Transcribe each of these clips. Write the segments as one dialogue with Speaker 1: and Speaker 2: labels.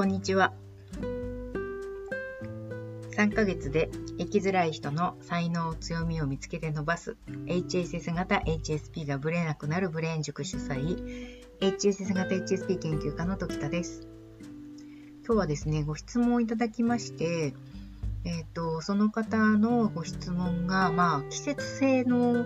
Speaker 1: こんにちは。3ヶ月で生きづらい人の才能強みを見つけて伸ばす HSS 型 HSP がブレなくなるブレーン塾主催 HSS 型 HSP 研究家の時田です。今日はですね、ご質問をいただきまして、その方のご質問が、季節性の、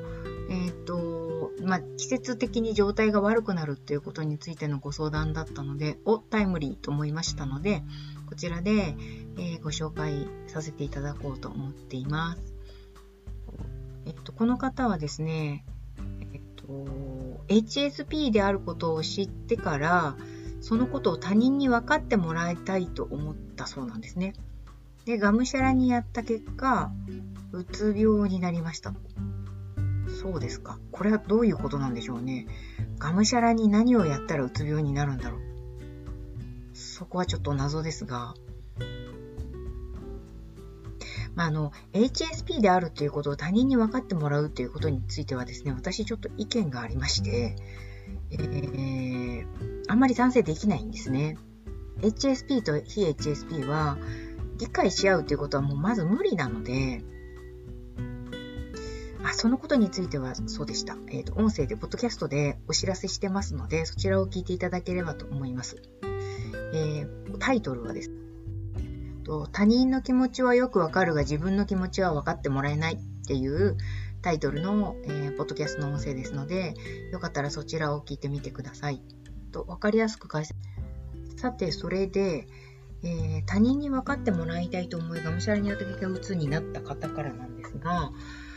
Speaker 1: 季節的に状態が悪くなるっていうことについてのご相談だったので、タイムリーと思いましたので、こちらで、ご紹介させていただこうと思っています。この方はですね、HSP であることを知ってから、そのことを他人に分かってもらいたいと思ったそうなんですね。で、がむしゃらにやった結果、うつ病になりました。そうですか。これはどういうことなんでしょうね。がむしゃらに何をやったらうつ病になるんだろう。そこはちょっと謎ですが、HSP であるということを他人に分かってもらうということについてはですね、私ちょっと意見がありまして、あんまり賛成できないんですね。HSP と非 HSP は理解し合うということはもうまず無理なので、そのことについてはそうでした。音声で、ポッドキャストでお知らせしてますので、そちらを聞いていただければと思います。タイトルはです。他人の気持ちはよくわかるが自分の気持ちは分かってもらえないっていうタイトルの、ポッドキャストの音声ですので、よかったらそちらを聞いてみてください。わかりやすく解説。さて、それで、他人に分かってもらいたいと思いがむしゃらにやった結果うつになった方からなんですが、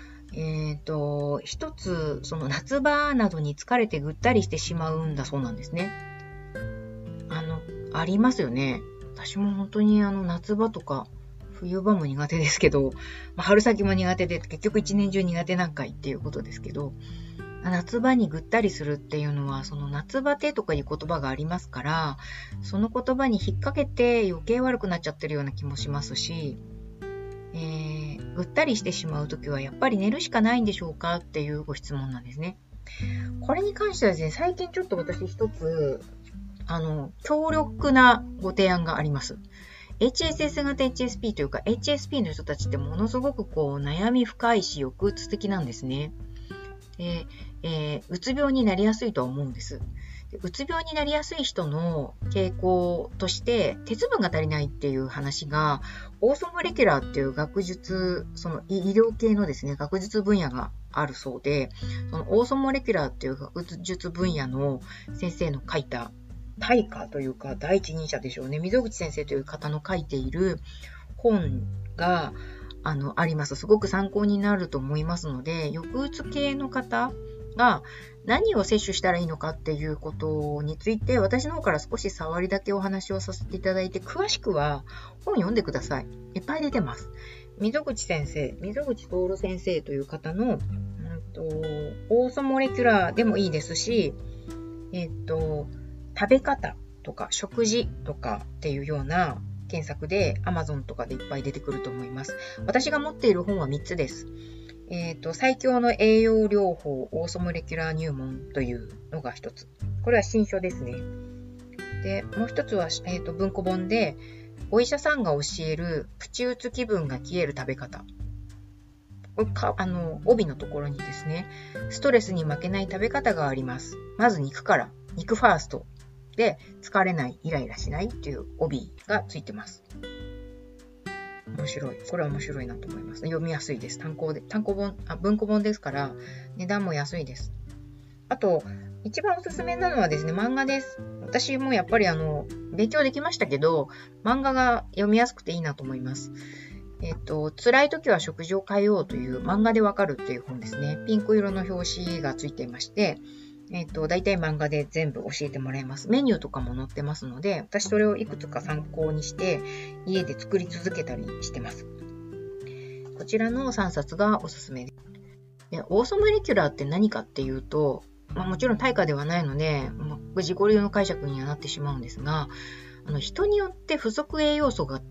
Speaker 1: 一つ、その夏場などに疲れてぐったりしてしまうんだそうなんですね。ありますよね。私も本当に夏場とか冬場も苦手ですけど、春先も苦手で結局一年中苦手なんかいっていうことですけど、夏場にぐったりするっていうのはその夏バテとかいう言葉がありますから、その言葉に引っ掛けて余計悪くなっちゃってるような気もしますし、ぐったりしてしまうときはやっぱり寝るしかないんでしょうかっていうご質問なんですね。これに関してはですね、最近ちょっと私一つ強力なご提案があります。HSS 型 HSP というか HSP の人たちってものすごく悩み深いし抑うつ的なんですね。で、うつ病になりやすいとは思うんです。うつ病になりやすい人の傾向として鉄分が足りないっていう話がオーソモレキュラーっていう学術、その医療系のですね、学術分野があるそうで、そのオーソモレキュラーっていう学術分野の先生の書いた大家というか第一人者でしょうね、溝口先生という方の書いている本があります。すごく参考になると思いますので、抑うつ系の方が何を摂取したらいいのかっていうことについて私の方から少し触りだけお話をさせていただいて、詳しくは本読んでください。いっぱい出てます。溝口徹先生という方のオーソモレキュラーでもいいですし、食べ方とか食事とかっていうような検索で Amazon とかでいっぱい出てくると思います。私が持っている本は3つです。最強の栄養療法オーソモレキュラー入門というのが1つ。これは新書ですね。で、もう1つは、文庫本でお医者さんが教えるプチうつ気分が消える食べ方。帯のところにですね、ストレスに負けない食べ方があります。まず肉ファーストで疲れない、イライラしないっていう帯がついてます。面白い。これは面白いなと思います。読みやすいです。文庫本ですから値段も安いです。あと一番おすすめなのはですね、漫画です。私もやっぱり勉強できましたけど、漫画が読みやすくていいなと思います。辛い時は食事を変えようという漫画でわかるっていう本ですね。ピンク色の表紙がついていまして、大体漫画で全部教えてもらいます。メニューとかも載ってますので、私それをいくつか参考にして家で作り続けたりしてます。こちらの3冊がおすすめです。で、オーソモレキュラーって何かっていうと、もちろん対価ではないので、自己流の解釈にはなってしまうんですが、人によって不足栄養素が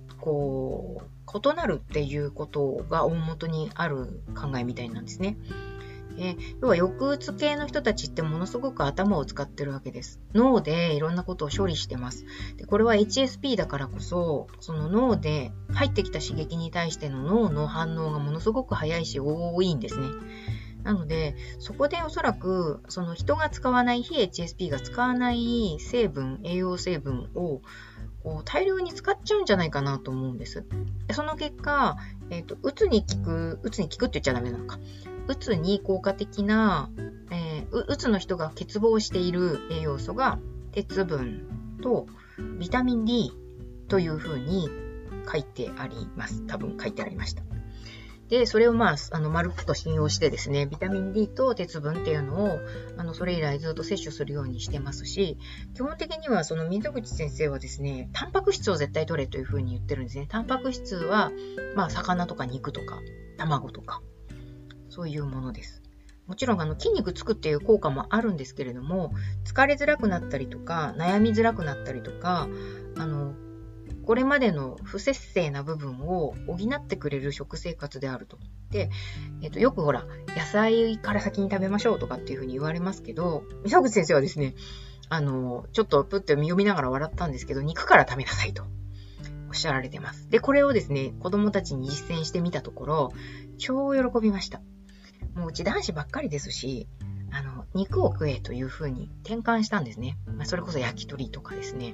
Speaker 1: 異なるっていうことが大元にある考えみたいなんですね。 要は抑うつ系の人たちってものすごく頭を使ってるわけです。脳でいろんなことを処理してます。で、これは HSP だからこそ、その脳で入ってきた刺激に対しての脳の反応がものすごく早いし多いんですね。なので、そこでおそらく、その人が使わない、非 HSP が使わない成分、栄養成分を大量に使っちゃうんじゃないかなと思うんです。その結果、うつに効くって言っちゃダメなのか。うつに効果的な、うつの人が欠乏している栄養素が鉄分とビタミン D というふうに書いてあります。多分書いてありました。で、それをまるっと信用してですね、ビタミン D と鉄分っていうのを、それ以来ずっと摂取するようにしてますし、基本的にはその溝口先生はですね、タンパク質を絶対取れというふうに言ってるんですね。タンパク質は、魚とか肉とか、卵とか、そういうものです。もちろん筋肉つくっていう効果もあるんですけれども、疲れづらくなったりとか、悩みづらくなったりとか、これまでの不節制な部分を補ってくれる食生活であると。で、よくほら、野菜から先に食べましょうとかっていうふうに言われますけど、溝口先生はですね、ちょっとプッと読みながら笑ったんですけど、肉から食べなさいとおっしゃられてます。で、これをですね、子供たちに実践してみたところ、超喜びました。もううち男子ばっかりですし、肉を食えというふうに転換したんですね。それこそ焼き鳥とかですね。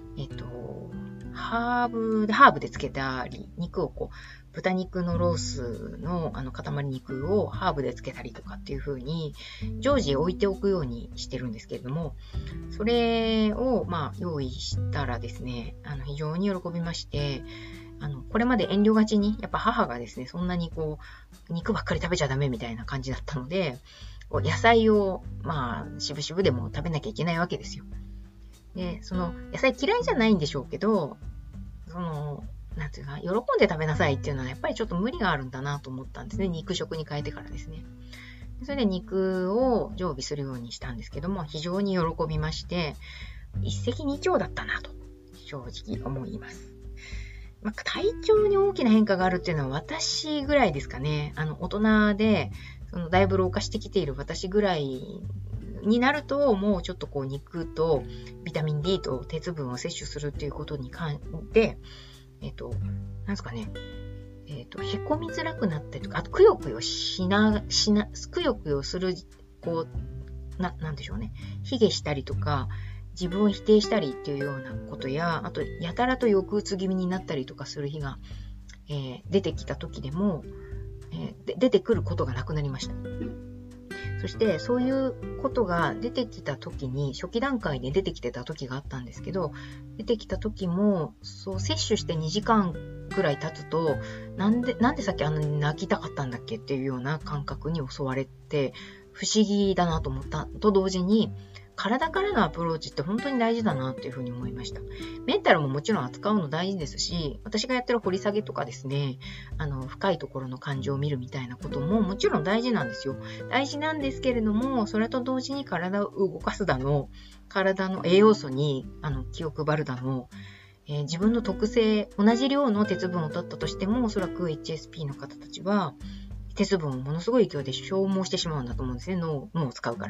Speaker 1: ハーブでつけたり、肉を豚肉のロースの塊肉をハーブでつけたりとかっていう風に常時置いておくようにしてるんですけれども、それを用意したらですね、非常に喜びまして、これまで遠慮がちに、やっぱ母がですね、そんなに肉ばっかり食べちゃダメみたいな感じだったので、野菜をしぶしぶでも食べなきゃいけないわけですよ。で、その野菜嫌いじゃないんでしょうけど、なんていうか、喜んで食べなさいっていうのはやっぱりちょっと無理があるんだなと思ったんですね。肉食に変えてからですね。それで肉を常備するようにしたんですけども、非常に喜びまして、一石二鳥だったなと、正直思います。体調に大きな変化があるっていうのは私ぐらいですかね。大人で、だいぶ老化してきている私ぐらいになると、もうちょっと肉とビタミン D と鉄分を摂取するっていうことに関して、なんですかね、へこみづらくなったりとか、あとくよくよくよくよする、なんでしょうね、卑下したりとか、自分を否定したりっていうようなことや、あと、やたらと抑うつ気味になったりとかする日が、出てきた時でも、出てくることがなくなりました。そしてそういうことが出てきた時に、初期段階で出てきてた時があったんですけど、出てきた時も、そう摂取して2時間ぐらい経つと、なんでさっきあんなに泣きたかったんだっけっていうような感覚に襲われて、不思議だなと思ったと同時に、体からのアプローチって本当に大事だなっていうふうに思いました。メンタルももちろん扱うの大事ですし、私がやってる掘り下げとかですね、深いところの感情を見るみたいなことももちろん大事なんですよ。大事なんですけれども、それと同時に体を動かすだの、体の栄養素に気を配るだの、自分の特性、同じ量の鉄分を取ったとしても、おそらく HSP の方たちは、鉄分をものすごい勢いで消耗してしまうんだと思うんですね。脳を使うから。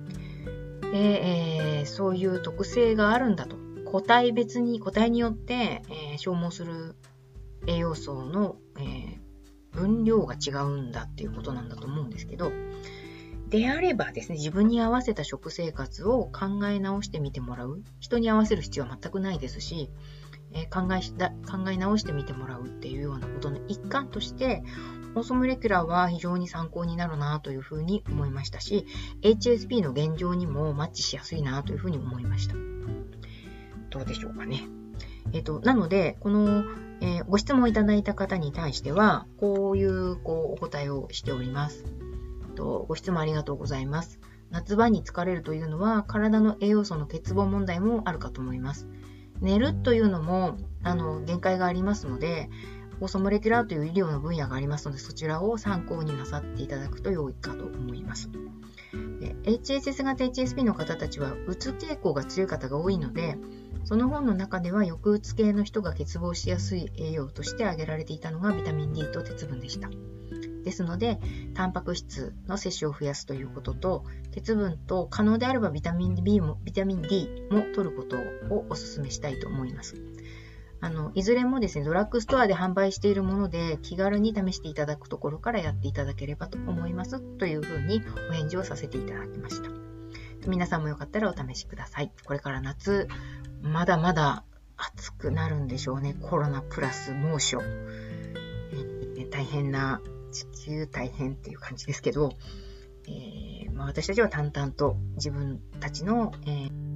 Speaker 1: で、そういう特性があるんだと。個体によって、消耗する栄養素の、分量が違うんだっていうことなんだと思うんですけど、であればですね、自分に合わせた食生活を考え直してみてもらう。人に合わせる必要は全くないですし、考え直してみてもらうっていうようなことの一環として、オーソモレキュラーは非常に参考になるなというふうに思いましたし、HSP の現状にもマッチしやすいなというふうに思いました。どうでしょうかね。なので、この、ご質問いただいた方に対しては、こういうお答えをしております。ご質問ありがとうございます。夏場に疲れるというのは、体の栄養素の欠乏問題もあるかと思います。寝るというのも、限界がありますので、オーソモレキュラーという医療の分野がありますので、そちらを参考になさっていただくと良いかと思います。HSS 型 HSP の方たちは、うつ傾向が強い方が多いので、その本の中では抑うつ系の人が欠乏しやすい栄養として挙げられていたのがビタミン D と鉄分でした。 ですので、タンパク質の摂取を増やすということと、鉄分と可能であればビタミン D も取ることをお勧めしたいと思います。いずれもですね、ドラッグストアで販売しているもので気軽に試していただくところからやっていただければと思いますというふうにお返事をさせていただきました。皆さんもよかったらお試しください。これから夏、まだまだ暑くなるんでしょうね。コロナプラス猛暑。大変な、地球大変っていう感じですけど、私たちは淡々と自分たちの、